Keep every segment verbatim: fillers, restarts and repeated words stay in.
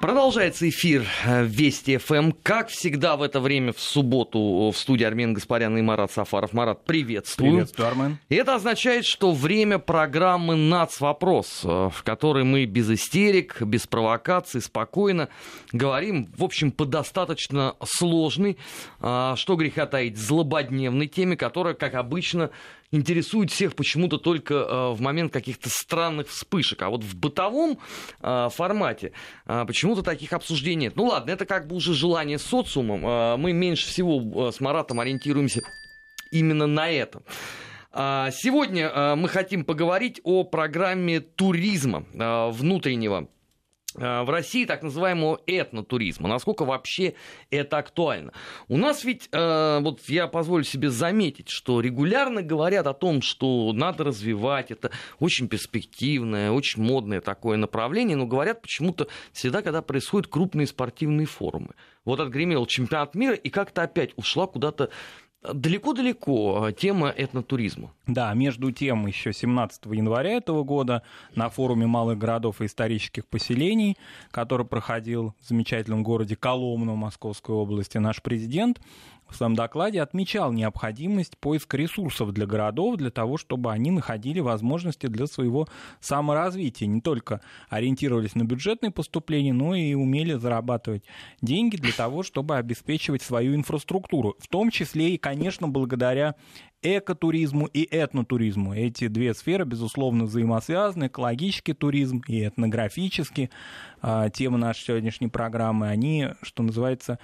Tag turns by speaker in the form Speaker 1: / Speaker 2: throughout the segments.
Speaker 1: Продолжается эфир Вести ФМ. Как всегда в это время в субботу в студии Армен Гаспарян и Марат Сафаров. Марат, приветствую.
Speaker 2: Приветствую, Армен.
Speaker 1: И это означает, что время программы «Нацвопрос», в которой мы без истерик, без провокаций, спокойно говорим, в общем, по достаточно сложной, что греха таить, злободневной теме, которая, как обычно, интересует всех почему-то только э, в момент каких-то странных вспышек. А вот в бытовом э, формате э, почему-то таких обсуждений нет. Ну ладно, это как бы уже желание социумом. Э, мы меньше всего э, с Маратом ориентируемся именно на это. Э, сегодня э, мы хотим поговорить о программе туризма э, внутреннего в России, так называемого этнотуризма. Насколько вообще это актуально? У нас ведь, э, вот я позволю себе заметить, что регулярно говорят о том, что надо развивать, это очень перспективное, очень модное такое направление, но говорят почему-то всегда, когда происходят крупные спортивные форумы. Вот отгремел чемпионат мира, и как-то опять ушла куда-то далеко-далеко тема этнотуризма.
Speaker 2: Да, между тем, еще семнадцатого января этого года на форуме малых городов и исторических поселений, который проходил в замечательном городе Коломну Московской области, наш президент в своем докладе отмечал необходимость поиска ресурсов для городов, для того, чтобы они находили возможности для своего саморазвития. Не только ориентировались на бюджетные поступления, но и умели зарабатывать деньги для того, чтобы обеспечивать свою инфраструктуру. В том числе и, конечно, благодаря экотуризму и этнотуризму. Эти две сферы, безусловно, взаимосвязаны. Экологический туризм и этнографический. Тема нашей сегодняшней программы, они, что называется,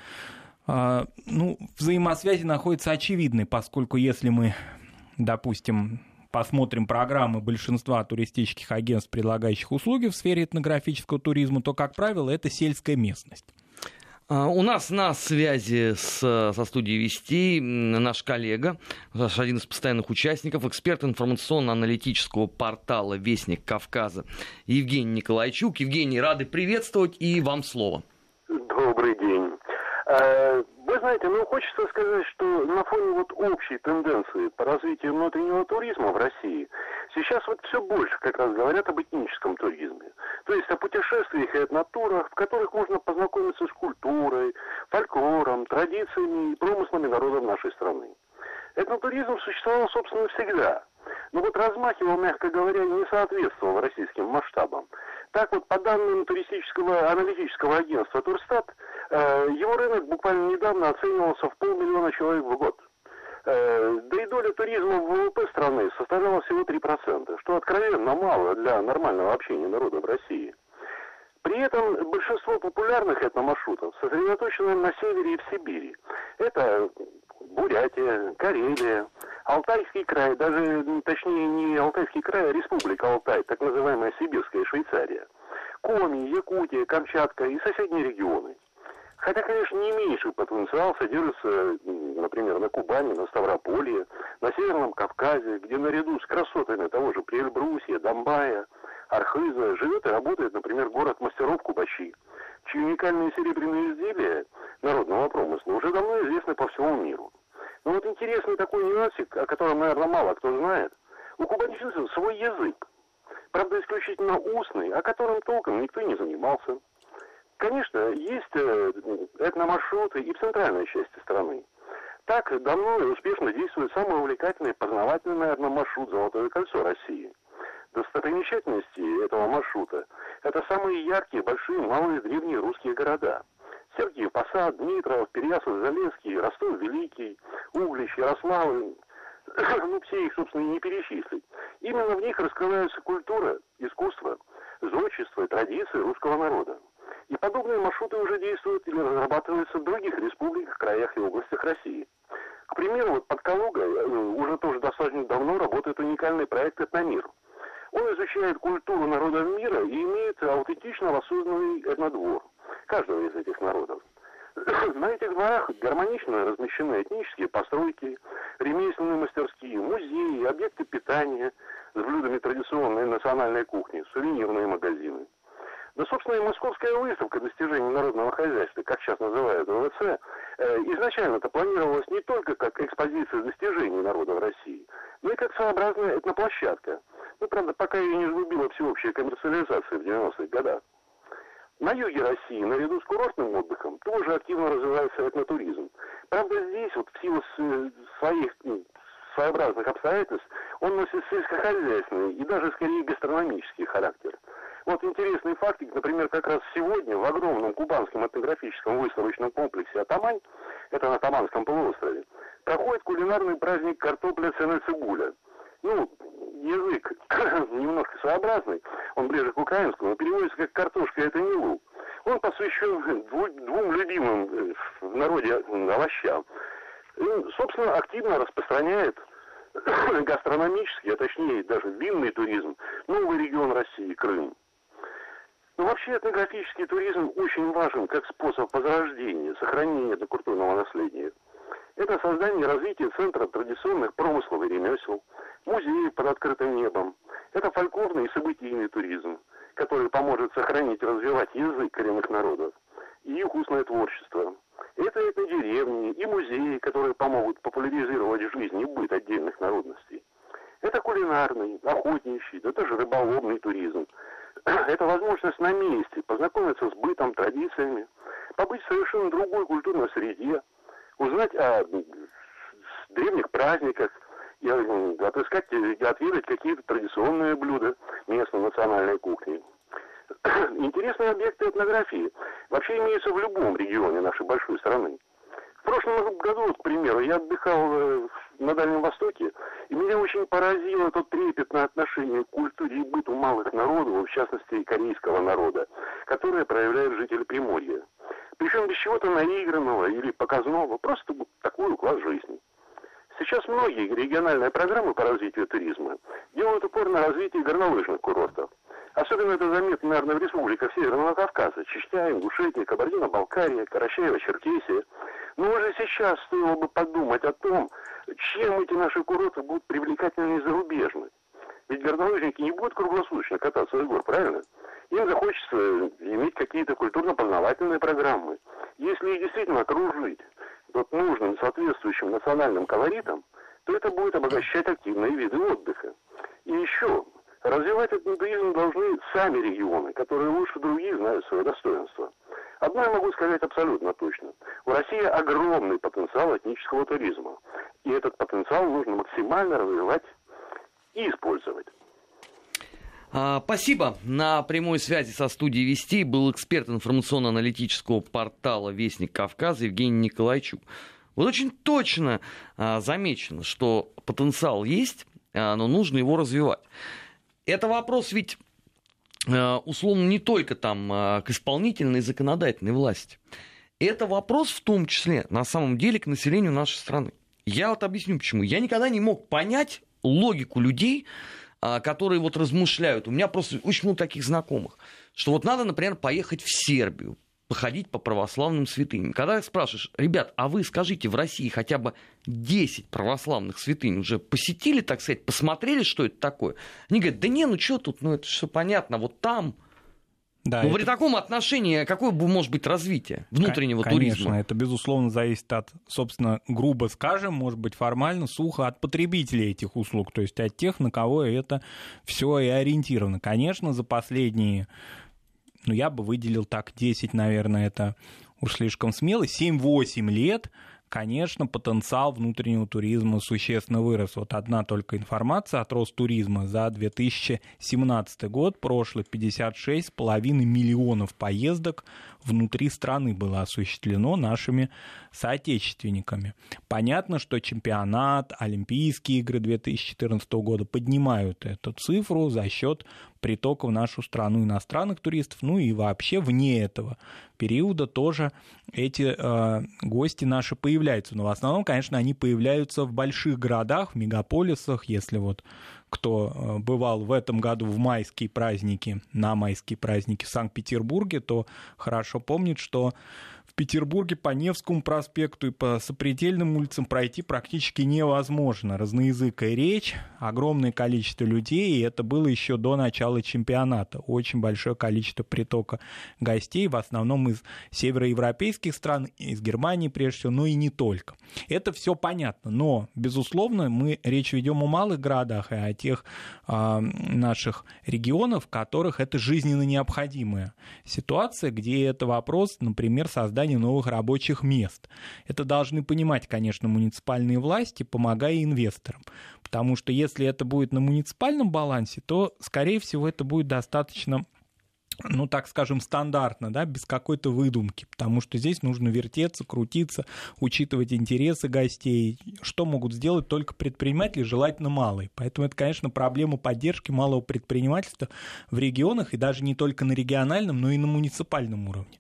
Speaker 2: ну, взаимосвязи находятся очевидной, поскольку если мы, допустим, посмотрим программы большинства туристических агентств, предлагающих услуги в сфере этнографического туризма, то, как правило, это сельская местность.
Speaker 1: У нас на связи с, со студией Вести наш коллега, наш один из постоянных участников, эксперт информационно-аналитического портала «Вестник Кавказа» Евгений Николайчук. Евгений, рады приветствовать, и вам слово.
Speaker 3: Добрый день. Вы знаете, ну хочется сказать, что на фоне вот общей тенденции по развитию внутреннего туризма в России сейчас вот все больше как раз говорят об этническом туризме. То есть о путешествиях и этнотурах, в которых можно познакомиться с культурой, фольклором, традициями и промыслами народов нашей страны. Этнотуризм существовал, собственно, всегда. Но вот размах его, мягко говоря, не соответствовал российским масштабам. Так вот, по данным туристического аналитического агентства Турстат, его рынок буквально недавно оценивался в полмиллиона человек в год. Да и доля туризма в ВВП страны составляла всего три процента, что откровенно мало для нормального общения народа в России. При этом большинство популярных этномаршрутов сосредоточено на севере и в Сибири. Это Бурятия, Карелия, Алтайский край, даже точнее не Алтайский край, а Республика Алтай, так называемая Сибирская Швейцария, Коми, Якутия, Камчатка и соседние регионы. Хотя, конечно, не меньший потенциал содержится, например, на Кубани, на Ставрополье, на Северном Кавказе, где наряду с красотами того же Приэльбрусья, Домбая, Архыза живет и работает, например, город мастеров Кубачи, чьи уникальные серебряные изделия народного промысла уже давно известны по всему миру. Но вот интересный такой нюансик, о котором, наверное, мало кто знает. У кубанчинцев свой язык. Правда, исключительно устный, о котором толком никто не занимался. Конечно, есть этномаршруты и в центральной части страны. Так давно и успешно действует самый увлекательный познавательный этномаршрут «Золотое кольцо России». Достопримечательности этого маршрута – это самые яркие, большие, малые, древние русские города. Сергиев Посад, Дмитров, Переяслав-Залесский, Ростов-Великий, Углич, Ярославль. Ну, все их, собственно, и не перечислить. Именно в них раскрываются культура, искусство, зодчество и традиции русского народа. И подобные маршруты уже действуют или разрабатываются в других республиках, краях и областях России. К примеру, вот под Калугой уже тоже достаточно давно работает уникальный проект «Этномир». Он изучает культуру народов мира и имеет аутентично воссозданный этнодвор каждого из этих народов. На этих дворах гармонично размещены этнические постройки, ремесленные мастерские, музеи, объекты питания с блюдами традиционной национальной кухни, сувенирные магазины. Да, собственно, и московская выставка достижений народного хозяйства, как сейчас называют ВВЦ, изначально-то планировалась не только как экспозиция достижений народа в России, но и как своеобразная этноплощадка. Ну, правда, пока ее не сгубила всеобщая коммерциализация в девяностых годах. На юге России, наряду с курортным отдыхом, тоже активно развивается этнотуризм. Правда, здесь вот в силу своих своеобразных обстоятельств он носит сельскохозяйственный и даже скорее гастрономический характер. Вот интересный фактик, например, как раз сегодня в огромном кубанском этнографическом выставочном комплексе «Атамань», это на Таманском полуострове, проходит кулинарный праздник картопля цены-цибуля. Ну, язык немножко своеобразный, он ближе к украинскому, но переводится как «картошка – это не лук». Он посвящен двум любимым в народе овощам. И, собственно, активно распространяет гастрономический, а точнее даже винный туризм, новый регион России – Крым. Но вообще этнографический туризм очень важен как способ возрождения, сохранения культурного наследия. Это создание и развитие центра традиционных промыслов и ремесел, музеев под открытым небом. Это фольклорный и событийный туризм, который поможет сохранить и развивать язык коренных народов и их устное творчество. Это этнодеревни и музеи, которые помогут популяризировать жизнь и быт отдельных народностей. Это кулинарный, охотничий, да даже рыболовный туризм. Это возможность на месте познакомиться с бытом, традициями, побыть в совершенно другой культурной среде, узнать о древних праздниках, и отыскать и отведать какие-то традиционные блюда местной национальной кухни. Интересные объекты этнографии вообще имеются в любом регионе нашей большой страны. В прошлом году, к примеру, я отдыхал на Дальнем Востоке, и меня очень поразило тот трепетное отношение к культуре и быту малых народов, в частности корейского народа, которое проявляют жители Приморья. Причем без чего-то наигранного или показного, просто такой уклад жизни. Сейчас многие региональные программы по развитию туризма делают упор на развитие горнолыжных курортов. Особенно это заметно, наверное, в республиках Северного Кавказа, Чечня, Ингушетия, Кабардино-Балкария, Карачаево-Черкесия. Но уже сейчас стоило бы подумать о том, чем эти наши курорты будут привлекательнее зарубежных. Ведь горнолыжники не будут круглосуточно кататься с гор, правильно? Им захочется иметь какие-то культурно-познавательные программы. Если их действительно окружить вот нужным, соответствующим национальным колоритом, то это будет обогащать активные виды отдыха. И еще, развивать этот туризм должны сами регионы, которые лучше других знают свое достоинство. Одно я могу сказать абсолютно точно. У России огромный потенциал этнического туризма. И этот потенциал нужно максимально развивать и использовать.
Speaker 1: Спасибо. На прямой связи со студией «Вести» был эксперт информационно-аналитического портала «Вестник Кавказа» Евгений Николайчук. Вот очень точно а, замечено, что потенциал есть, а, но нужно его развивать. Это вопрос ведь, а, условно, не только там, а, к исполнительной и законодательной власти. Это вопрос в том числе, на самом деле, к населению нашей страны. Я вот объясню почему. Я никогда не мог понять логику людей, которые вот размышляют. У меня просто очень много таких знакомых, что вот надо, например, поехать в Сербию, походить по православным святыням. Когда их спрашиваешь: ребят, а вы скажите, в России хотя бы десять православных святынь уже посетили, так сказать, посмотрели, что это такое? Они говорят: да не, ну что тут, ну это все понятно, вот там... Да, ну, это... при таком отношении какое может быть развитие внутреннего
Speaker 2: Конечно,
Speaker 1: туризма?
Speaker 2: Конечно, это, безусловно, зависит от, собственно, грубо скажем, может быть, формально, сухо, от потребителей этих услуг, то есть от тех, на кого это все и ориентировано. Конечно, за последние, ну, я бы выделил так, десять, наверное, это уж слишком смело, семь-восемь лет, конечно, потенциал внутреннего туризма существенно вырос. Вот одна только информация от Ростуризма: за две тысячи семнадцатый год, прошлый, пятьдесят шесть с половиной миллионов поездок внутри страны было осуществлено нашими соотечественниками. Понятно, что чемпионат, Олимпийские игры две тысячи четырнадцатого года поднимают эту цифру за счет притока в нашу страну иностранных туристов, ну и вообще вне этого периода тоже эти э, гости наши появляются. Но в основном, конечно, они появляются в больших городах, в мегаполисах. Если вот кто бывал в этом году в майские праздники, на майские праздники в Санкт-Петербурге, то хорошо помнит, что в Петербурге по Невскому проспекту и по сопредельным улицам пройти практически невозможно. Разноязыкая речь, огромное количество людей, и это было еще до начала чемпионата. Очень большое количество притока гостей, в основном из североевропейских стран, из Германии прежде всего, но и не только. Это все понятно, но, безусловно, мы речь ведем о малых городах и о тех а, наших регионов, в которых это жизненно необходимая ситуация, где это вопрос, например, создания новых рабочих мест. Это должны понимать, конечно, муниципальные власти, помогая инвесторам. Потому что если это будет на муниципальном балансе, то, скорее всего, это будет достаточно, ну, так скажем, стандартно, да, без какой-то выдумки, потому что здесь нужно вертеться, крутиться, учитывать интересы гостей, что могут сделать только предприниматели, желательно малые. Поэтому это, конечно, проблема поддержки малого предпринимательства в регионах, и даже не только на региональном, но и на муниципальном уровне.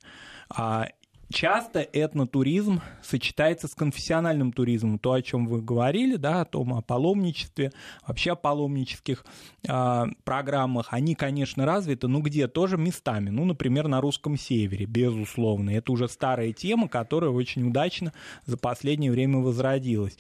Speaker 2: Часто этнотуризм сочетается с конфессиональным туризмом, то, о чем вы говорили, да, о том, о паломничестве, вообще о паломнических э, программах. Они, конечно, развиты, но где тоже местами. Ну, например, на русском севере, безусловно. Это уже старая тема, которая очень удачно за последнее время возродилась.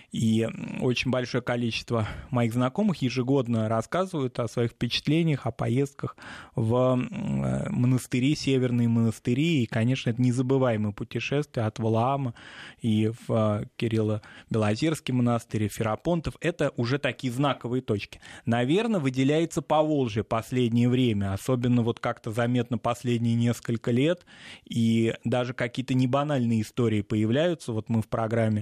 Speaker 2: И очень большое количество моих знакомых ежегодно рассказывают о своих впечатлениях, о поездках в монастыри, северные монастыри. И, конечно, это незабываемое путешествие от Валаама и в Кирилло-Белозерский монастырь, Ферапонтов. Это уже такие знаковые точки. Наверное, выделяется Поволжье последнее время, особенно вот как-то заметно последние несколько лет. И даже какие-то небанальные истории появляются. Вот мы в программе,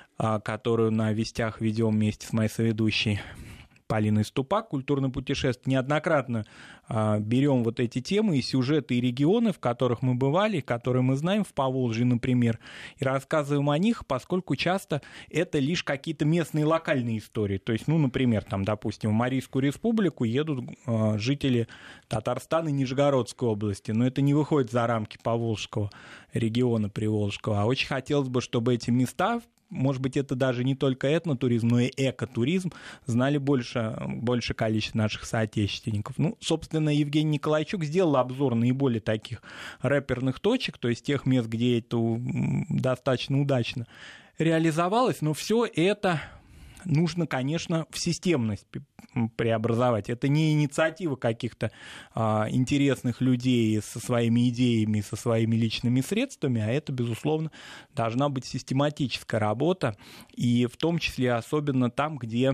Speaker 2: которую на Вестях ведем вместе с моей соведущей Полиной Ступак, «Культурное путешествие», неоднократно а, берем вот эти темы и сюжеты, и регионы, в которых мы бывали, которые мы знаем, в Поволжье, например, и рассказываем о них, поскольку часто это лишь какие-то местные локальные истории. То есть, ну, например, там, допустим, в Марийскую республику едут а, жители Татарстана и Нижегородской области, но это не выходит за рамки Поволжского региона Приволжского, а очень хотелось бы, чтобы эти места, может быть, это даже не только этнотуризм, но и экотуризм, знали больше, больше количество наших соотечественников. Ну, собственно, Евгений Николайчук сделал обзор наиболее таких рэперных точек, то есть тех мест, где это достаточно удачно реализовалось, но все это нужно, конечно, в системность преобразовать. Это не инициатива каких-то а, интересных людей со своими идеями, со своими личными средствами, а это, безусловно, должна быть систематическая работа, и в том числе особенно там, где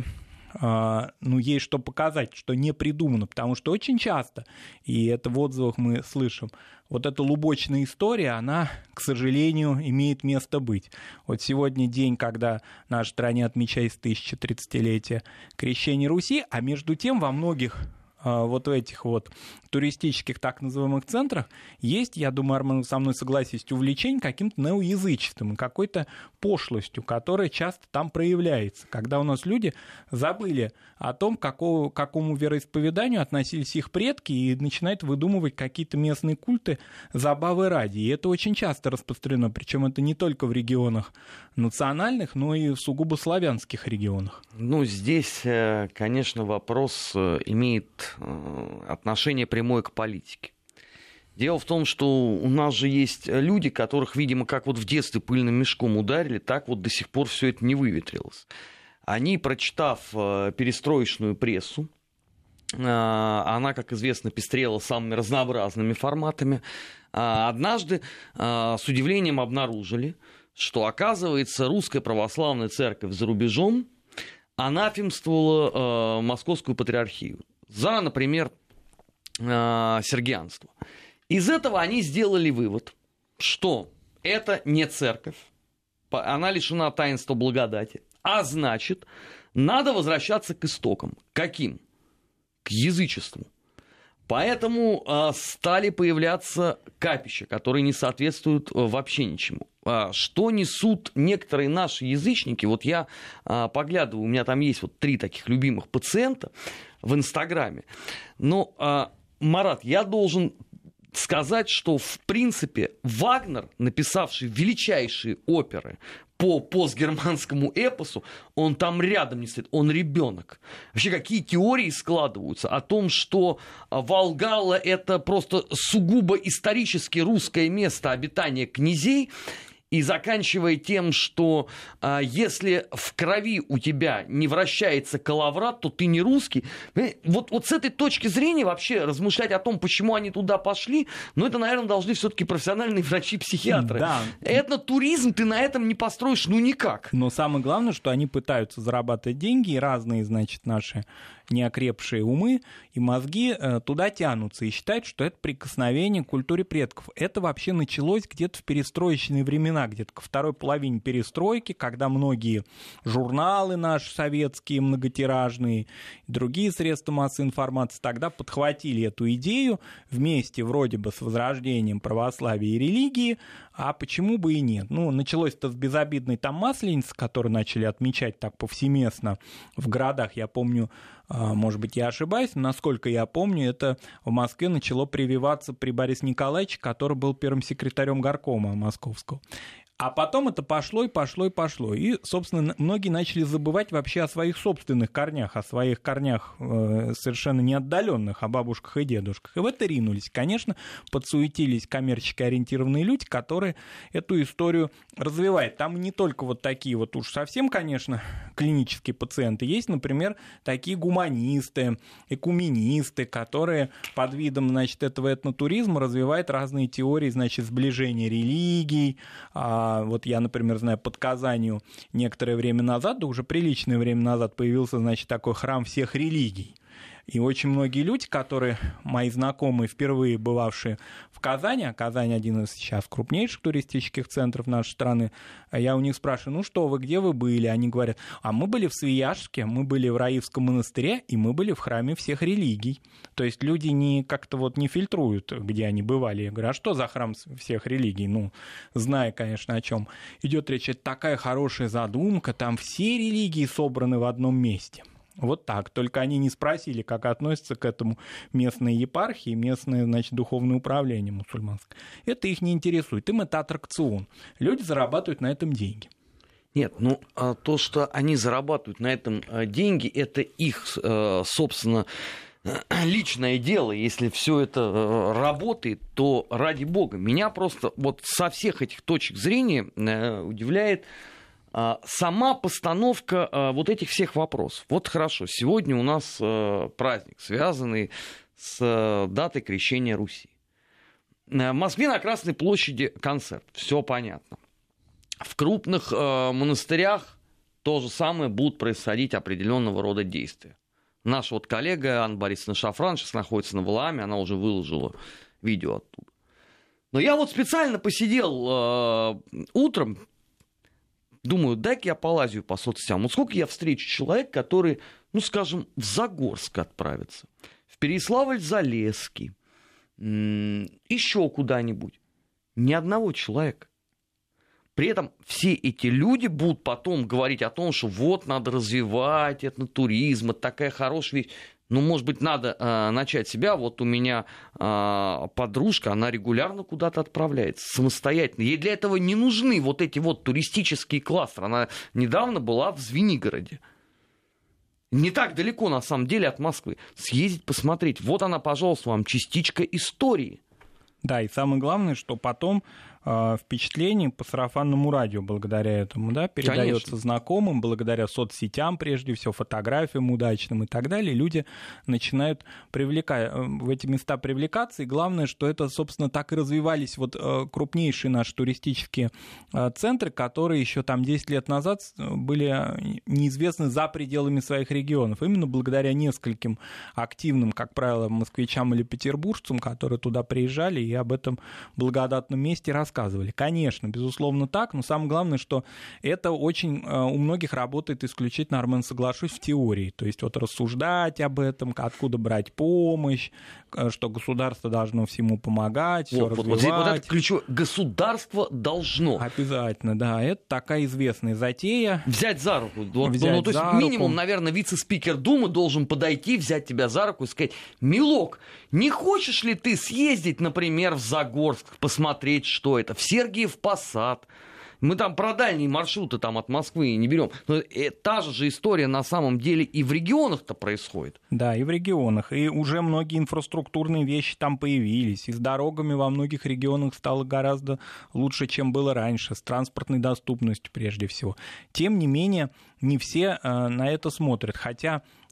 Speaker 2: а, ну, есть что показать, что не придумано, потому что очень часто, и это в отзывах мы слышим, вот эта лубочная история, она, к сожалению, имеет место быть. Вот сегодня день, когда в нашей стране отмечается тысяча тридцатилетие крещения Руси, а между тем во многих вот в этих вот туристических так называемых центрах есть, я думаю, Армен, вы со мной согласитесь, увлечение каким-то неоязычеством, какой-то пошлостью, которая часто там проявляется, когда у нас люди забыли о том, какого, к какому вероисповеданию относились их предки, и начинают выдумывать какие-то местные культы забавы ради. И это очень часто распространено, причем это не только в регионах национальных, но и в сугубо славянских регионах.
Speaker 1: Ну, здесь, конечно, вопрос имеет отношение прямое к политике. Дело в том, что у нас же есть люди, которых, видимо, как вот в детстве пыльным мешком ударили, так вот до сих пор все это не выветрилось. Они, прочитав перестроечную прессу, она, как известно, пестрела самыми разнообразными форматами, однажды с удивлением обнаружили, что, оказывается, Русская Православная Церковь за рубежом анафемствовала Московскую Патриархию за, например, сергианство. Из этого они сделали вывод, что это не церковь, она лишена таинства благодати, а значит, надо возвращаться к истокам. Каким? К язычеству. Поэтому э, стали появляться капища, которые не соответствуют э, вообще ничему. А, что несут некоторые наши язычники? Вот я э, поглядываю, у меня там есть вот три таких любимых пациента в Инстаграме. Но, э, Марат, я должен сказать, что, в принципе, Вагнер, написавший величайшие оперы по постгерманскому эпосу, он там рядом не стоит, он ребенок. Вообще, какие теории складываются о том, что Волгалла — это просто сугубо исторически русское место обитания князей, и заканчивая тем, что а, если в крови у тебя не вращается коловрат, то ты не русский. Вот, вот с этой точки зрения вообще размышлять о том, почему они туда пошли, ну, это, наверное, должны все-таки профессиональные врачи-психиатры. Да. Этнотуризм ты на этом не построишь, ну, никак.
Speaker 2: Но самое главное, что они пытаются зарабатывать деньги, и разные, значит, наши неокрепшие умы и мозги туда тянутся и считают, что это прикосновение к культуре предков. Это вообще началось где-то в перестроечные времена, где-то ко второй половине перестройки, когда многие журналы наши советские, многотиражные, другие средства массовой информации тогда подхватили эту идею вместе вроде бы с возрождением православия и религии, а почему бы и нет? Ну, началось-то с безобидной там Масленицы, которую начали отмечать так повсеместно в городах. Я помню, может быть, я ошибаюсь, но насколько я помню, это в Москве начало прививаться при Борисе Николаевиче, который был первым секретарем горкома московского. А потом это пошло и пошло и пошло. И, собственно, многие начали забывать вообще о своих собственных корнях, о своих корнях э, совершенно неотдаленных, о бабушках и дедушках. И в это ринулись. Конечно, подсуетились коммерчески ориентированные люди, которые эту историю развивают. Там не только вот такие вот уж совсем, конечно, клинические пациенты. Есть, например, такие гуманисты, экуменисты, которые под видом, значит, этого этнотуризма развивают разные теории, значит, сближения религий. Вот я, например, знаю, под Казанью некоторое время назад, да уже приличное время назад, появился, значит, такой храм всех религий. И очень многие люди, которые, мои знакомые, впервые бывавшие в Казани, а Казань один из сейчас крупнейших туристических центров нашей страны, я у них спрашиваю, ну что вы, где вы были? Они говорят, а мы были в Свияжске, мы были в Раивском монастыре, и мы были в храме всех религий. То есть люди не, как-то вот не фильтруют, где они бывали. Я говорю, а что за храм всех религий? Ну, зная, конечно, о чем идет речь, это такая хорошая задумка, там все религии собраны в одном месте. Вот так. Только они не спросили, как относятся к этому местные епархии, местное, значит, духовное управление мусульманское. Это их не интересует. Им это аттракцион. Люди зарабатывают на этом деньги.
Speaker 1: Нет, ну то, что они зарабатывают на этом деньги, это их, собственно, личное дело. Если все это работает, то ради бога. Меня просто вот со всех этих точек зрения удивляет сама постановка вот этих всех вопросов. Вот хорошо, сегодня у нас праздник, связанный с датой крещения Руси. В Москве на Красной площади концерт, все понятно. В крупных монастырях то же самое будут происходить определенного рода действия. Наша вот коллега Анна Борисовна Шафран сейчас находится на Валааме, она уже выложила видео оттуда. Но я вот специально посидел утром, думаю, дай-ка я полазию по соцсетям. Вот сколько я встречу человек, который, ну, скажем, в Загорск отправится, в Переславль-Залесский, еще куда-нибудь. Ни одного человека. При этом все эти люди будут потом говорить о том, что вот надо развивать этнотуризм, это такая хорошая вещь. Ну, может быть, надо э, начать себя. Вот у меня э, подружка, она регулярно куда-то отправляется самостоятельно. Ей для этого не нужны вот эти вот туристические кластеры. Она недавно была в Звенигороде. Не так далеко, на самом деле, от Москвы. Съездить, посмотреть. Вот она, пожалуйста, вам частичка истории.
Speaker 2: Да, и самое главное, что потом э, впечатление по сарафанному радио благодаря этому, да, передается Конечно. Знакомым, благодаря соцсетям, прежде всего, фотографиям удачным и так далее. Люди начинают привлекать, в эти места привлекаться, и главное, что это, собственно, так и развивались вот э, крупнейшие наши туристические э, центры, которые еще там десять лет назад были неизвестны за пределами своих регионов. Именно благодаря нескольким активным, как правило, москвичам или петербуржцам, которые туда приезжали и об этом благодатном месте рассказывали. Конечно, безусловно так, но самое главное, что это очень у многих работает исключительно, Армен, соглашусь, в теории. То есть вот рассуждать об этом, откуда брать помощь, что государство должно всему помогать, все
Speaker 1: вот,
Speaker 2: развивать.
Speaker 1: Вот, вот это ключевое. Государство должно.
Speaker 2: Обязательно, да. Это такая известная затея.
Speaker 1: Взять за руку. Вот,
Speaker 2: взять
Speaker 1: ну, то есть
Speaker 2: за
Speaker 1: минимум,
Speaker 2: руку.
Speaker 1: наверное, вице-спикер Думы должен подойти, взять тебя за руку и сказать: милок, не хочешь ли ты съездить, например, в Загорск, посмотреть, что это, в Сергиев Посад? Мы там про дальние маршруты там от Москвы не берем. Но та же же история на самом деле и в регионах-то происходит.
Speaker 2: Да, и в регионах. И уже многие инфраструктурные вещи там появились. И с дорогами во многих регионах стало гораздо лучше, чем было раньше. С транспортной доступностью прежде всего. Тем не менее, не все э, на это смотрят. Хотя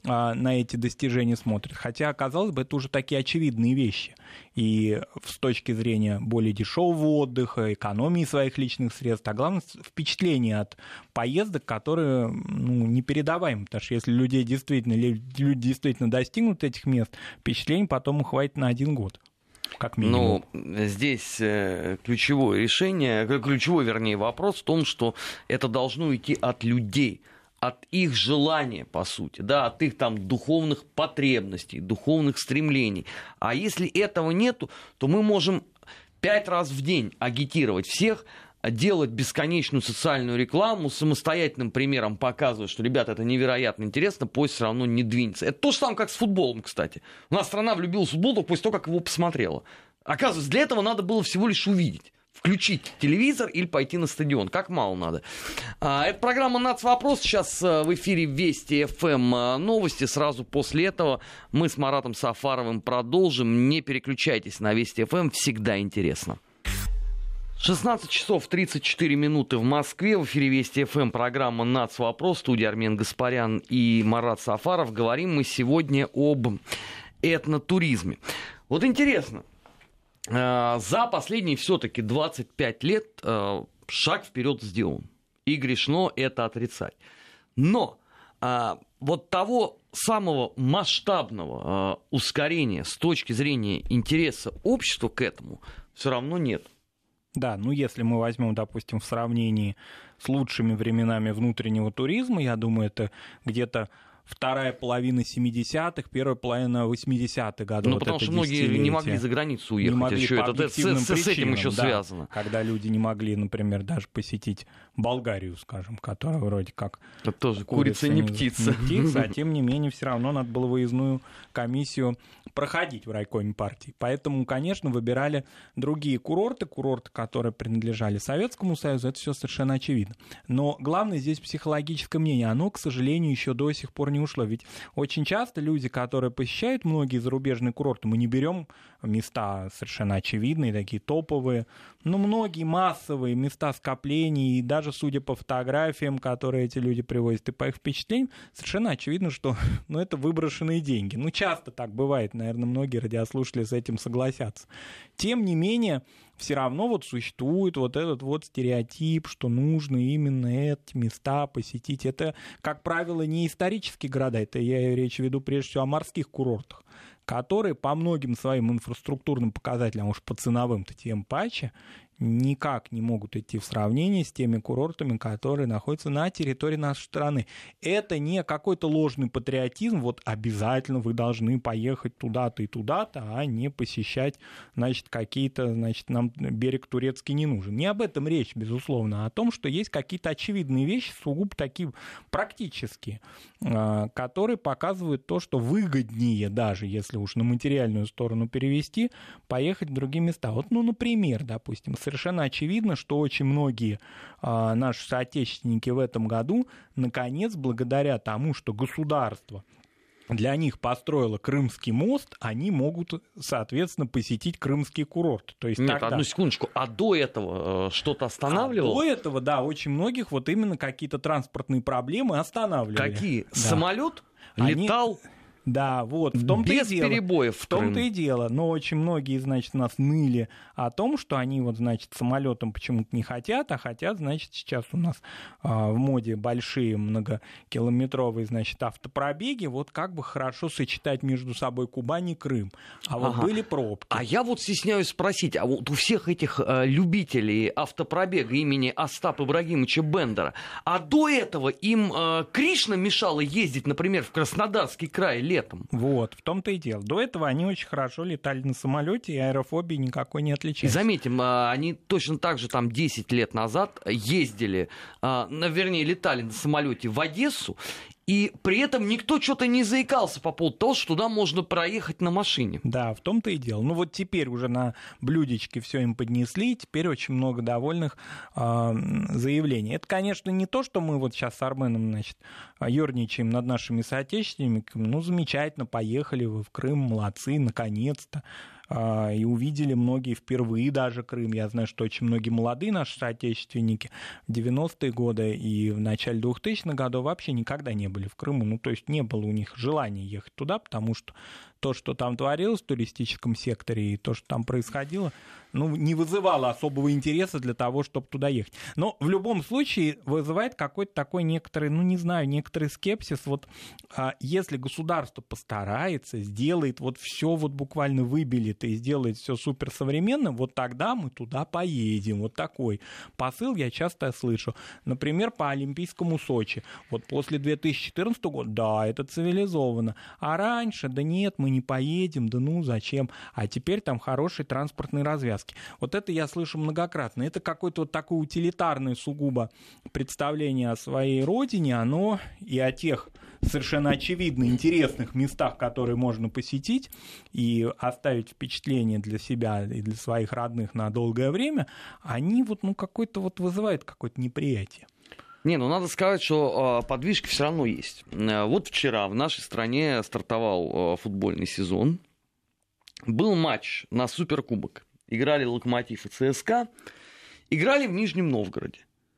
Speaker 2: на эти достижения смотрят. Хотя, казалось бы, это уже такие очевидные вещи. И с точки зрения более дешевого отдыха, экономии своих личных средств, а главное, впечатление от поездок, которые ну, непередаваемы. Потому что если людей действительно, люди действительно достигнут этих мест, впечатлений потом хватит на один год. Как минимум.
Speaker 1: Ну, здесь ключевое решение, ключевой, вернее, вопрос в том, что это должно идти от людей, от их желания, по сути, да, от их там духовных потребностей, духовных стремлений. А если этого нету, то мы можем пять раз в день агитировать всех, делать бесконечную социальную рекламу, самостоятельным примером показывать, что, ребята, это невероятно интересно, поезд все равно не двинется. Это то же самое, как с футболом, кстати. У нас страна влюбилась в футбол только после того, как его посмотрела. Оказывается, для этого надо было всего лишь увидеть. Включить телевизор или пойти на стадион. Как мало надо. Это программа «Нацвопрос». Сейчас в эфире Вести эф эм новости. Сразу после этого мы с Маратом Сафаровым продолжим. Не переключайтесь на Вести эф эм. Всегда интересно. шестнадцать часов тридцать четыре минуты в Москве. В эфире Вести эф эм программа «Нацвопрос». Студия Армен Гаспарян и Марат Сафаров. Говорим мы сегодня об этнотуризме. Вот интересно. За последние все-таки двадцать пять лет шаг вперед сделан. И грешно это отрицать. Но вот того самого масштабного ускорения с точки зрения интереса общества к этому все равно нет.
Speaker 2: Да, ну если мы возьмем, допустим, в сравнении с лучшими временами внутреннего туризма, я думаю, это где-то вторая половина семидесятых, первая половина восьмидесятых годов.
Speaker 1: Ну, вот потому что многие не могли за границу уехать.
Speaker 2: Не могли
Speaker 1: еще.
Speaker 2: по
Speaker 1: это,
Speaker 2: объективным
Speaker 1: с,
Speaker 2: причинам,
Speaker 1: с этим еще
Speaker 2: да,
Speaker 1: связано.
Speaker 2: Когда люди не могли, например, даже посетить Болгарию, скажем, которая вроде как...
Speaker 1: Это тоже курица, не птица.
Speaker 2: Не птица, а тем не менее все равно надо было выездную комиссию проходить в райкоме партии. Поэтому, конечно, выбирали другие курорты, курорты, которые принадлежали Советскому Союзу, это все совершенно очевидно. Но главное здесь психологическое мнение. Оно, к сожалению, еще до сих пор не ушло. Ведь очень часто люди, которые посещают многие зарубежные курорты, мы не берем места совершенно очевидные, такие топовые, но многие массовые места скоплений, и даже судя по фотографиям, которые эти люди привозят, и по их впечатлениям, совершенно очевидно, что ну, это выброшенные деньги. Ну, часто так бывает, наверное, многие радиослушатели с этим согласятся. Тем не менее, все равно вот существует вот этот вот стереотип, что нужно именно эти места посетить. Это, как правило, не исторические города, это я речь веду прежде всего о морских курортах, которые по многим своим инфраструктурным показателям, а уж по ценовым-то тем паче, никак не могут идти в сравнение с теми курортами, которые находятся на территории нашей страны. Это не какой-то ложный патриотизм, вот обязательно вы должны поехать туда-то и туда-то, а не посещать, значит, какие-то, значит, нам берег турецкий не нужен. Не об этом речь, безусловно, а о том, что есть какие-то очевидные вещи, сугубо такие практические, которые показывают то, что выгоднее, даже если уж на материальную сторону перевести, поехать в другие места. Вот, ну, например, допустим, совершенно очевидно, что очень многие а, наши соотечественники в этом году, наконец, благодаря тому, что государство для них построило Крымский мост, они могут, соответственно, посетить крымский курорт. То есть
Speaker 1: Нет,
Speaker 2: тогда...
Speaker 1: одну секундочку. А до этого э, что-то останавливало?
Speaker 2: А до этого, да, очень многих вот именно какие-то транспортные проблемы останавливали.
Speaker 1: Какие?
Speaker 2: Да.
Speaker 1: Самолет
Speaker 2: Они...
Speaker 1: летал?
Speaker 2: Да, вот, в том-то
Speaker 1: без
Speaker 2: и дело.
Speaker 1: перебоев
Speaker 2: в том-то и дело. Но очень многие, значит, нас ныли о том, что они вот, значит, самолетом почему-то не хотят, а хотят, значит, сейчас у нас а, в моде большие многокилометровые, значит, автопробеги, вот как бы хорошо сочетать между собой Кубань и Крым. А вот
Speaker 1: ага.
Speaker 2: были пробки.
Speaker 1: А я вот стесняюсь спросить, а вот у всех этих э, любителей автопробега имени Остапа Ибрагимовича Бендера, а до этого им э, Кришна мешала ездить, например, в Краснодарский край летом?
Speaker 2: Вот, в том-то и дело. До этого они очень хорошо летали на самолете, и аэрофобии никакой не отличались.
Speaker 1: И заметим, они точно так же там десять лет назад ездили, вернее, летали на самолете в Одессу, и при этом никто что-то не заикался по поводу того, что туда можно проехать на машине.
Speaker 2: Да, в том-то и дело. Ну вот теперь уже на блюдечке все им поднесли, теперь очень много довольных э, заявлений. Это, конечно, не то, что мы вот сейчас с Арменом, значит, ерничаем над нашими соотечественниками. Ну, замечательно, поехали вы в Крым, молодцы, наконец-то. и увидели многие впервые даже Крым. Я знаю, что очень многие молодые наши соотечественники в девяностые годы и в начале двухтысячных годов вообще никогда не были в Крыму. Ну, то есть не было у них желания ехать туда, потому что то, что там творилось в туристическом секторе, и то, что там происходило, ну, не вызывало особого интереса для того, чтобы туда ехать. Но в любом случае вызывает какой-то такой некоторый, ну, не знаю, некоторый скепсис. Вот а, если государство постарается, сделает вот все вот буквально выбелит и сделает все суперсовременным, вот тогда мы туда поедем. Вот такой посыл я часто слышу. Например, по Олимпийскому Сочи. Вот после две тысячи четырнадцатого года, да, это цивилизованно. А раньше, да нет, мы не поедем, да ну зачем? А теперь там хорошие транспортные развязки. Вот это я слышу многократно. Это какое-то вот такое утилитарное сугубо представление о своей родине, оно и о тех совершенно очевидно интересных местах, которые можно посетить и оставить впечатление для себя и для своих родных на долгое время, они вот, ну, какой-то вот вызывают какое-то неприятие.
Speaker 1: Не, ну надо сказать, что э, подвижки все равно есть. Э, вот вчера в нашей стране стартовал э, футбольный сезон. Был матч на Суперкубок. Играли Локомотив и ЦСКА. Играли в Нижнем Новгороде.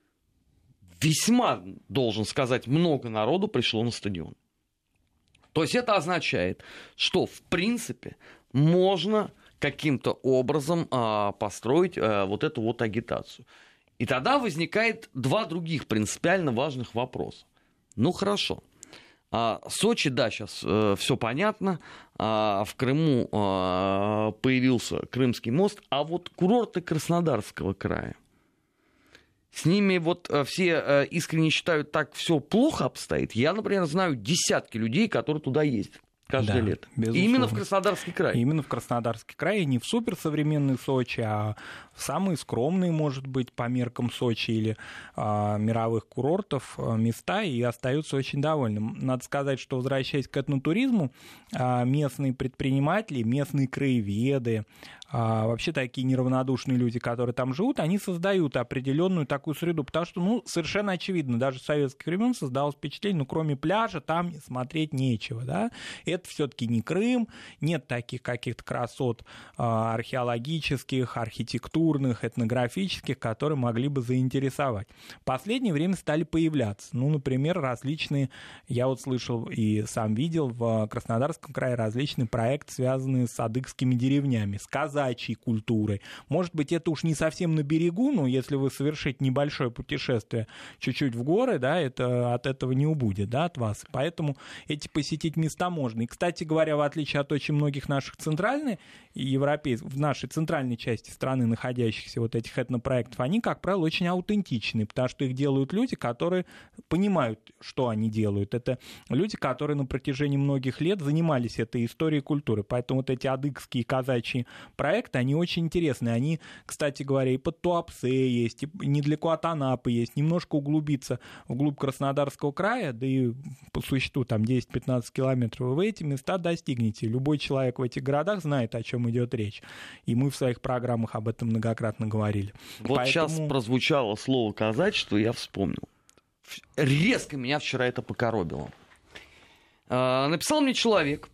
Speaker 1: Весьма, должен сказать, много народу пришло на стадион. То есть это означает, что в принципе можно каким-то образом э, построить э, вот эту вот агитацию. И тогда возникает два других принципиально важных вопроса. Ну хорошо, а, Сочи, да, сейчас э, все понятно, а, в Крыму а, появился Крымский мост, а вот курорты Краснодарского края, с ними вот все э, искренне считают, так все плохо обстоит. Я, например, знаю десятки людей, которые туда ездят каждое да, лето. Безусловно. Именно в Краснодарский край.
Speaker 2: Именно в Краснодарский край, не в суперсовременный Сочи, а в самые скромные, может быть, по меркам Сочи или а, мировых курортов а, места, и остаются очень довольны. Надо сказать, что, возвращаясь к этнотуризму, а, местные предприниматели, местные краеведы, а, вообще такие неравнодушные люди, которые там живут, они создают определенную такую среду, потому что, ну, совершенно очевидно, даже с советских времен создалось впечатление, ну, кроме пляжа там смотреть нечего, да. Это все-таки не Крым, нет таких каких-то красот а, археологических, архитектурных, этнографических, которые могли бы заинтересовать. В последнее время стали появляться, ну, например, различные, я вот слышал и сам видел в Краснодарском крае различные проекты, связанные с адыгскими деревнями, с казачьей культурой. Может быть, это уж не совсем на берегу, но если вы совершите небольшое путешествие чуть-чуть в горы, да, это от этого не убудет, да, от вас. Поэтому эти посетить места можно. И, кстати говоря, в отличие от очень многих наших центральных европейских, в нашей центральной части страны находящихся вот этих этнопроектов, они, как правило, очень аутентичны, потому что их делают люди, которые понимают, что они делают. Это люди, которые на протяжении многих лет занимались этой историей культуры. Поэтому вот эти адыгские казачьи проекты, они очень интересны. Они, кстати говоря, и под Туапсе есть, и недалеко от Анапы есть. Немножко углубиться вглубь Краснодарского края, да и по существу там десять-пятнадцать километров, вы эти места достигнете. Любой человек в этих городах знает, о чем идет речь. И мы в своих программах об этом многократно говорили.
Speaker 1: Вот Поэтому... сейчас прозвучало слово казачество, я вспомнил. Резко меня вчера это покоробило. Написал мне человек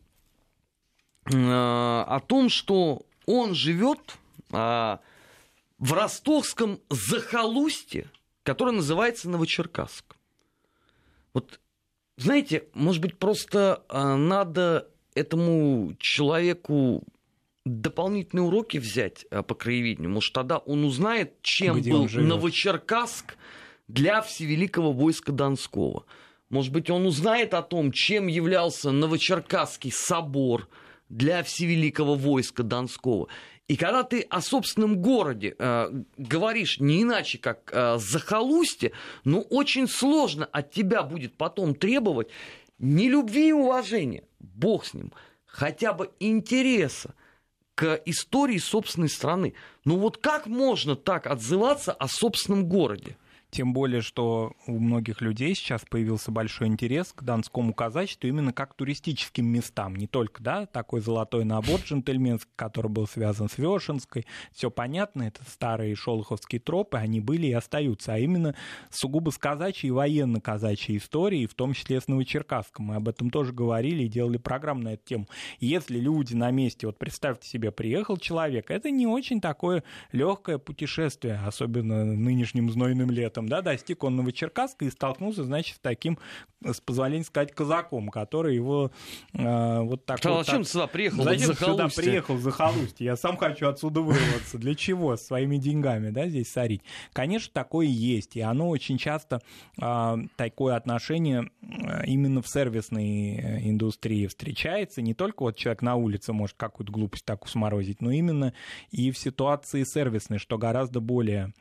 Speaker 1: о том, что он живет в ростовском захолустье, которое называется Новочеркасск. Вот, знаете, может быть, просто надо этому человеку дополнительные уроки взять по краеведению. Может, тогда он узнает, чем Где был Новочеркасск для Всевеликого войска Донского. Может быть, он узнает о том, чем являлся Новочеркасский собор для Всевеликого войска Донского. И когда ты о собственном городе э, говоришь не иначе, как э, захолустье, ну, очень сложно от тебя будет потом требовать не любви и уважения, бог с ним, хотя бы интереса к истории собственной страны. Ну вот как можно так отзываться о собственном городе?
Speaker 2: Тем более, что у многих людей сейчас появился большой интерес к донскому казачеству именно как к туристическим местам. Не только, да, такой золотой набор джентльменский, который был связан с Вешенской. Все понятно, это старые шолоховские тропы, они были и остаются. А именно сугубо с казачьей и военно-казачьей историей, в том числе с Новочеркасском. Мы об этом тоже говорили и делали программу на эту тему. Если люди на месте, вот представьте себе, приехал человек, это не очень такое легкое путешествие, особенно нынешним знойным летом. Да, достиг он Новочеркасска и столкнулся, значит, с таким, с позволения сказать, казаком, который его э, вот так
Speaker 1: а
Speaker 2: вот...
Speaker 1: Зачем
Speaker 2: так...
Speaker 1: ты сюда приехал?
Speaker 2: Зачем
Speaker 1: вот
Speaker 2: ты сюда приехал в захолустье? Я сам хочу отсюда вырваться. Для чего? Своими деньгами, да, здесь сорить? Конечно, такое есть, и оно очень часто, э, такое отношение именно в сервисной индустрии встречается. Не только вот человек на улице может какую-то глупость так усморозить, но именно и в ситуации сервисной, что гораздо более...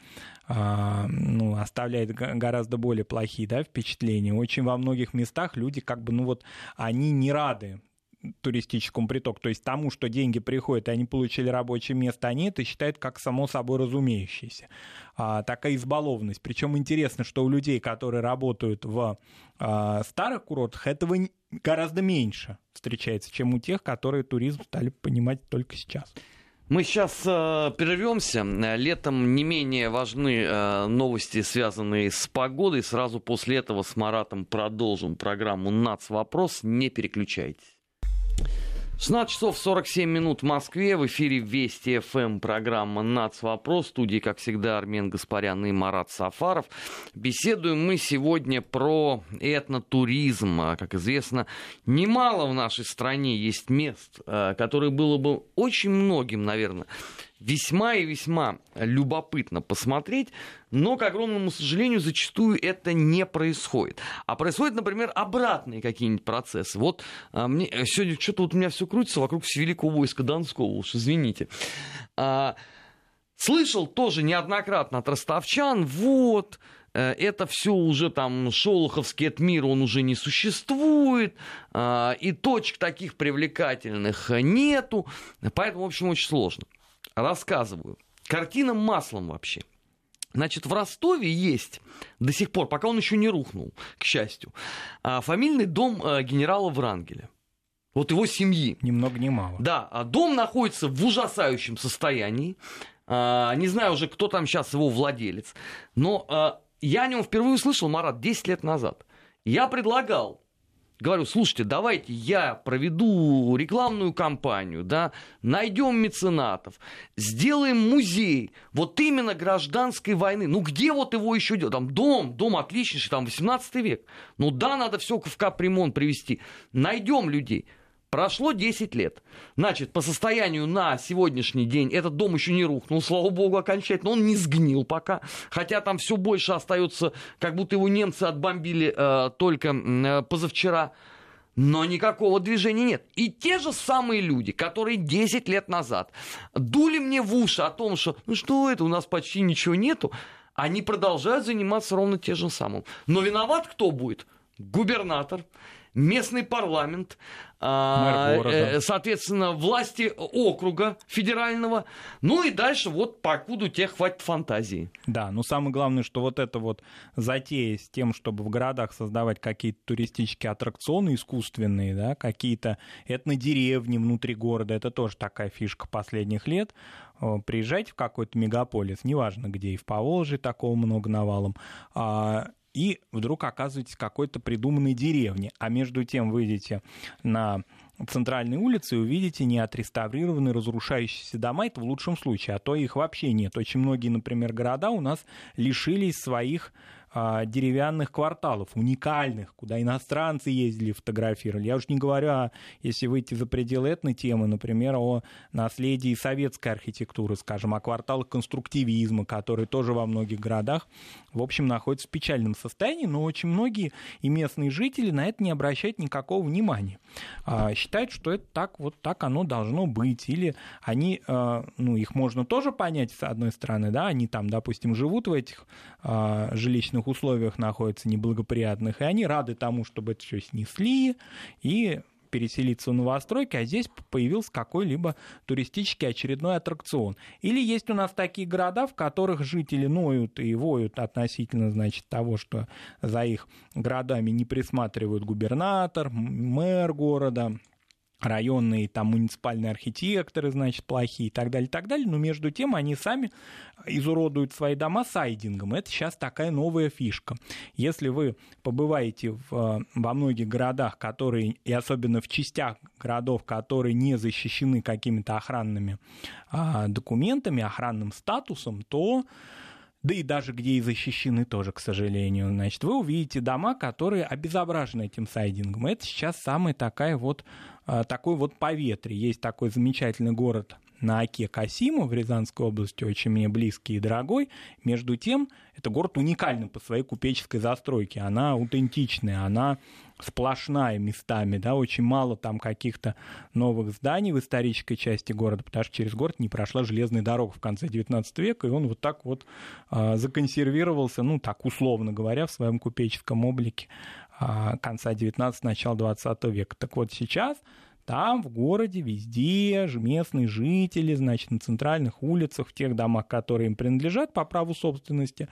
Speaker 2: ну, оставляет гораздо более плохие, да, впечатления. Очень во многих местах люди как бы, ну вот, они не рады туристическому притоку, то есть тому, что деньги приходят, и они получили рабочее место, они это считают как само собой разумеющееся. А, такая избалованность. Причем интересно, что у людей, которые работают в а, старых курортах, этого гораздо меньше встречается, чем у тех, которые туризм стали понимать только сейчас.
Speaker 1: Мы сейчас э, прервемся. Летом не менее важны э, новости, связанные с погодой. Сразу после этого с Маратом продолжим программу «Нацвопрос». Не переключайтесь. шестнадцать часов сорок семь минут в Москве. В эфире Вести ФМ, программа «Нацвопрос». В студии, как всегда, Армен Гаспарян и Марат Сафаров. Беседуем мы сегодня про этнотуризм. Как известно, немало в нашей стране есть мест, которые было бы очень многим, наверное, весьма и весьма любопытно посмотреть, но, к огромному сожалению, зачастую это не происходит. А происходят, например, обратные какие-нибудь процессы. Вот а, мне, сегодня что-то вот у меня все крутится вокруг Всевеликого войска Донского, уж извините. А, слышал тоже неоднократно от ростовчан, вот... это все уже там шолоховский этот мир, он уже не существует, и точек таких привлекательных нету, поэтому, в общем, очень сложно. Рассказываю. Картина маслом вообще. Значит, в Ростове есть до сих пор, пока он еще не рухнул, к счастью, фамильный дом генерала Врангеля. Вот его семьи.
Speaker 2: Ни много ни мало.
Speaker 1: Да, дом находится в ужасающем состоянии. Не знаю уже, кто там сейчас его владелец. Но я о нем впервые услышал, Марат, десять лет назад. Я предлагал. Говорю, слушайте, давайте я проведу рекламную кампанию, да, найдем меценатов, сделаем музей вот именно гражданской войны. Ну где вот его еще делать? Там дом, дом отличнейший, там восемнадцатый век. Ну да, надо все в капремонт привести. Найдем людей. Прошло десять лет. Значит, по состоянию на сегодняшний день этот дом еще не рухнул, слава богу, окончательно. Он не сгнил пока. Хотя там все больше остается, как будто его немцы отбомбили э, только э, позавчера. Но никакого движения нет. И те же самые люди, которые десять лет назад дули мне в уши о том, что ну что это, у нас почти ничего нету, они продолжают заниматься ровно тем же самым. Но виноват кто будет? Губернатор, местный парламент, э, соответственно, власти округа федерального, ну и дальше вот покуда у тех хватит фантазии.
Speaker 2: Да, но самое главное, что вот эта вот затея с тем, чтобы в городах создавать какие-то туристические аттракционы искусственные, да, какие-то этнодеревни внутри города, это тоже такая фишка последних лет. Приезжайте в какой-то мегаполис, неважно где, и в Поволжье такого много навалом, и вдруг оказываетесь в какой-то придуманной деревне. А между тем выйдете на центральной улице и увидите неотреставрированные разрушающиеся дома. Это в лучшем случае, а то их вообще нет. Очень многие, например, города у нас лишились своих а, деревянных кварталов, уникальных, куда иностранцы ездили, фотографировали. Я уж не говорю, а если выйти за пределы этной темы, например, о наследии советской архитектуры, скажем, о кварталах конструктивизма, которые тоже во многих городах, в общем, находятся в печальном состоянии, но очень многие и местные жители на это не обращают никакого внимания. А, считают, что это так, вот так оно должно быть. Или они, а, ну, их можно тоже понять, с одной стороны, да, они там, допустим, живут в этих а, жилищных условиях, находятся неблагоприятных, и они рады тому, чтобы это все снесли, и переселиться в новостройки, а здесь появился какой-либо туристический очередной аттракцион. Или есть у нас такие города, в которых жители ноют и воют относительно, значит, того, что за их городами не присматривают губернатор, мэр города, районные там муниципальные архитекторы, значит, плохие и так далее, и так далее, но между тем они сами изуродуют свои дома сайдингом. Это сейчас такая новая фишка. Если вы побываете в, во многих городах, которые, и особенно в частях городов, которые не защищены какими-то охранными а, документами, охранным статусом, то да и даже где и защищены тоже, к сожалению, значит, вы увидите дома, которые обезображены этим сайдингом. Это сейчас самая такая вот, такой вот поветрие. Есть такой замечательный город на Оке Касиму в Рязанской области, очень мне близкий и дорогой. Между тем, это город уникальный по своей купеческой застройке. Она аутентичная, она сплошная местами, да, очень мало там каких-то новых зданий в исторической части города, потому что через город не прошла железная дорога в конце девятнадцатого века, и он вот так вот а, законсервировался, ну, так условно говоря, в своем купеческом облике а, конца девятнадцатого, начала двадцатого века. Так вот сейчас там, в городе, везде местные жители, значит, на центральных улицах, в тех домах, которые им принадлежат по праву собственности,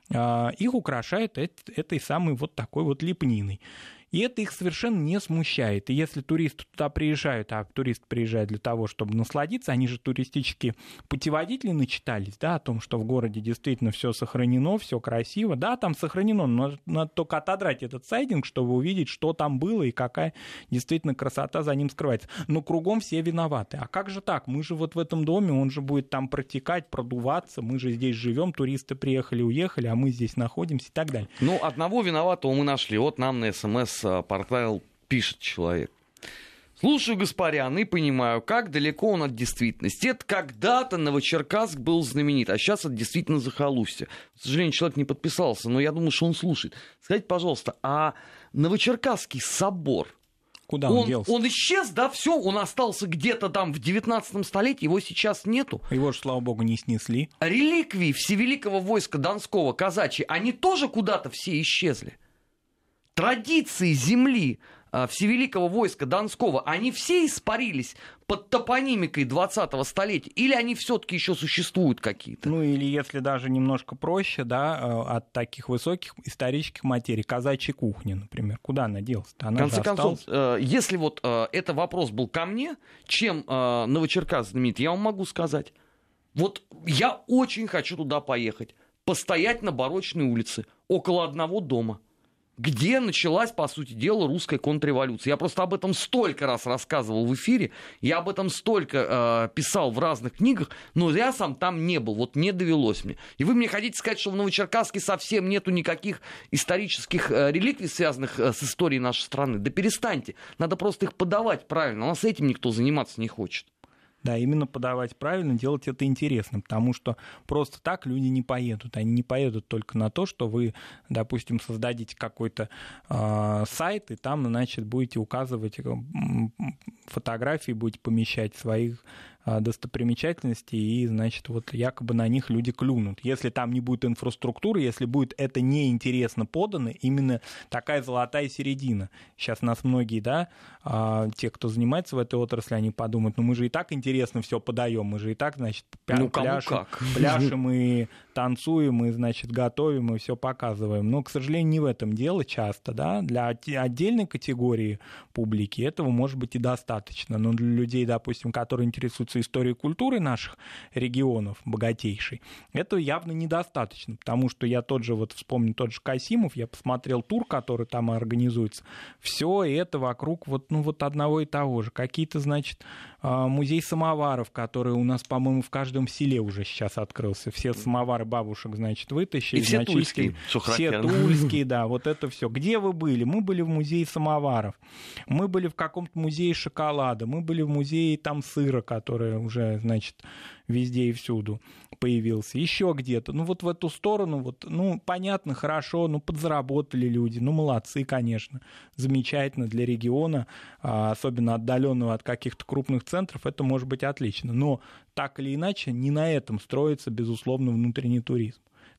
Speaker 2: их украшают этой самой вот такой вот лепниной. И это их совершенно не смущает. И если туристы туда приезжают, а туристы приезжают для того, чтобы насладиться, они же туристические путеводители начитались, да, о том, что в городе действительно все сохранено, все красиво. Да, там сохранено, но надо только отодрать этот сайдинг, чтобы увидеть, что там было и какая действительно красота за ним скрывается. Но кругом все виноваты. А как же так? Мы же вот в этом доме, он же будет там протекать, продуваться, мы же здесь живем, туристы приехали, уехали, а мы здесь находимся и так далее.
Speaker 1: Ну, одного виноватого мы нашли. Вот нам на СМС портал пишет человек. Слушаю Гаспаряна и понимаю, как далеко он от действительности. Это когда-то Новочеркасск был знаменит, а сейчас это действительно захолустье. К сожалению, человек не подписался, но я думаю, что он слушает. Скажите, пожалуйста, а Новочеркасский собор,
Speaker 2: куда он, он делся?
Speaker 1: Он исчез, да, все, он остался где-то там в девятнадцатом столетии, его сейчас нету.
Speaker 2: Его же, слава богу, не снесли.
Speaker 1: Реликвии Всевеликого войска Донского, казачьи, они тоже куда-то все исчезли. Традиции земли а, Всевеликого войска Донского, они все испарились под топонимикой двадцатого столетия? Или они все-таки еще существуют какие-то?
Speaker 2: Ну, или если даже немножко проще, да, от таких высоких исторических материй, казачья кухня, например, куда она делась-то? Она
Speaker 1: в конце концов, э, если вот э, это вопрос был ко мне, чем э, Новочеркасск знаменит, я вам могу сказать. Вот я очень хочу туда поехать, постоять на Барочной улице, около одного дома, где началась, по сути дела, русская контрреволюция. Я просто об этом столько раз рассказывал в эфире, я об этом столько э, писал в разных книгах, но я сам там не был, вот не довелось мне. И вы мне хотите сказать, что в Новочеркасске совсем нету никаких исторических э, реликвий, связанных э, с историей нашей страны? Да перестаньте, надо просто их подавать правильно, у нас этим никто заниматься не хочет.
Speaker 2: Да, именно подавать правильно, делать это интересно, потому что просто так люди не поедут. Они не поедут только на то, что вы, допустим, создадите какой-то э, сайт, и там, значит, будете указывать э, фотографии, будете помещать своих э, достопримечательностей, и, значит, вот якобы на них люди клюнут. Если там не будет инфраструктуры, если будет это неинтересно подано, именно такая золотая середина. Сейчас нас многие, да, э, те, кто занимается в этой отрасли, они подумают, ну мы же и так интересно интересно все подаем, мы же и так, значит,
Speaker 1: ну,
Speaker 2: пляшем, пляшем и танцуем, и, значит, готовим, и все показываем. Но, к сожалению, не в этом дело часто, да, для отдельной категории публики этого может быть и достаточно, но для людей, допустим, которые интересуются историей и культурой наших регионов, богатейшей, этого явно недостаточно, потому что я тот же, вот вспомню тот же Касимов, я посмотрел тур, который там организуется, все это вокруг вот, ну, вот одного и того же, какие-то, значит, музей самоваров, который у нас, по-моему, в каждом селе уже сейчас открылся. Все самовары бабушек, значит, вытащили.
Speaker 1: И все тульские.
Speaker 2: Все тульские, да, вот это все. Где вы были? Мы были в музее самоваров. Мы были в каком-то музее шоколада. Мы были в музее там сыра, который уже, значит, везде и всюду появился. Еще где-то. Ну, вот в эту сторону, вот, ну, понятно, хорошо, ну, подзаработали люди. Ну, молодцы, конечно. Замечательно для региона, особенно отдаленного от каких-то крупных центров, это может быть отлично. Но так или иначе, не на этом строится, безусловно, внутренний туризм.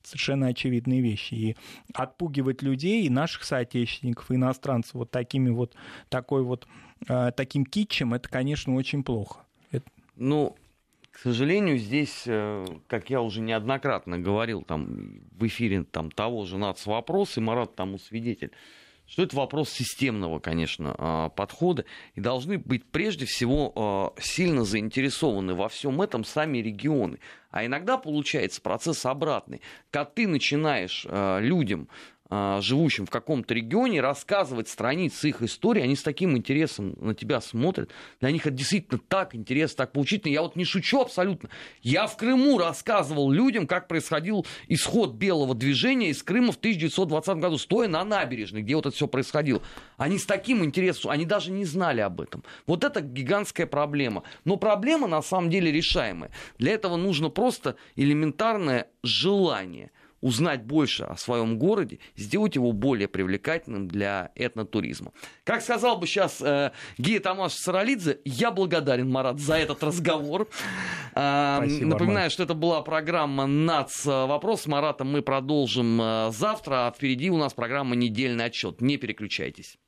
Speaker 2: совершенно очевидные вещи. И отпугивать людей, и наших соотечественников, и иностранцев вот такими вот, такой вот, э, таким китчем, это, конечно, очень плохо. Это...
Speaker 1: Ну, к сожалению, здесь, как я уже неоднократно говорил там, в эфире там, того же «Нацвопрос», и Марат тому свидетель, что это вопрос системного, конечно, подхода, и должны быть прежде всего сильно заинтересованы во всем этом сами регионы. А иногда получается процесс обратный. Когда ты начинаешь людям, живущим в каком-то регионе, рассказывать страницы их истории, они с таким интересом на тебя смотрят. Для них это действительно так интересно, так поучительно. Я вот не шучу абсолютно. Я в Крыму рассказывал людям, как происходил исход белого движения из Крыма в тысяча девятьсот двадцатом году, стоя на набережной, где вот это все происходило. Они с таким интересом, они даже не знали об этом. Вот это гигантская проблема. Но проблема на самом деле решаемая. Для этого нужно просто элементарное желание узнать больше о своем городе, сделать его более привлекательным для этнотуризма. Как сказал бы сейчас э, Гия Тамаш Саралидзе, я благодарен, Марат, за этот разговор. Э, напоминаю, Арман, что это была программа «Нацвопрос». С Маратом мы продолжим э, завтра, а впереди у нас программа «Недельный отчет». Не переключайтесь.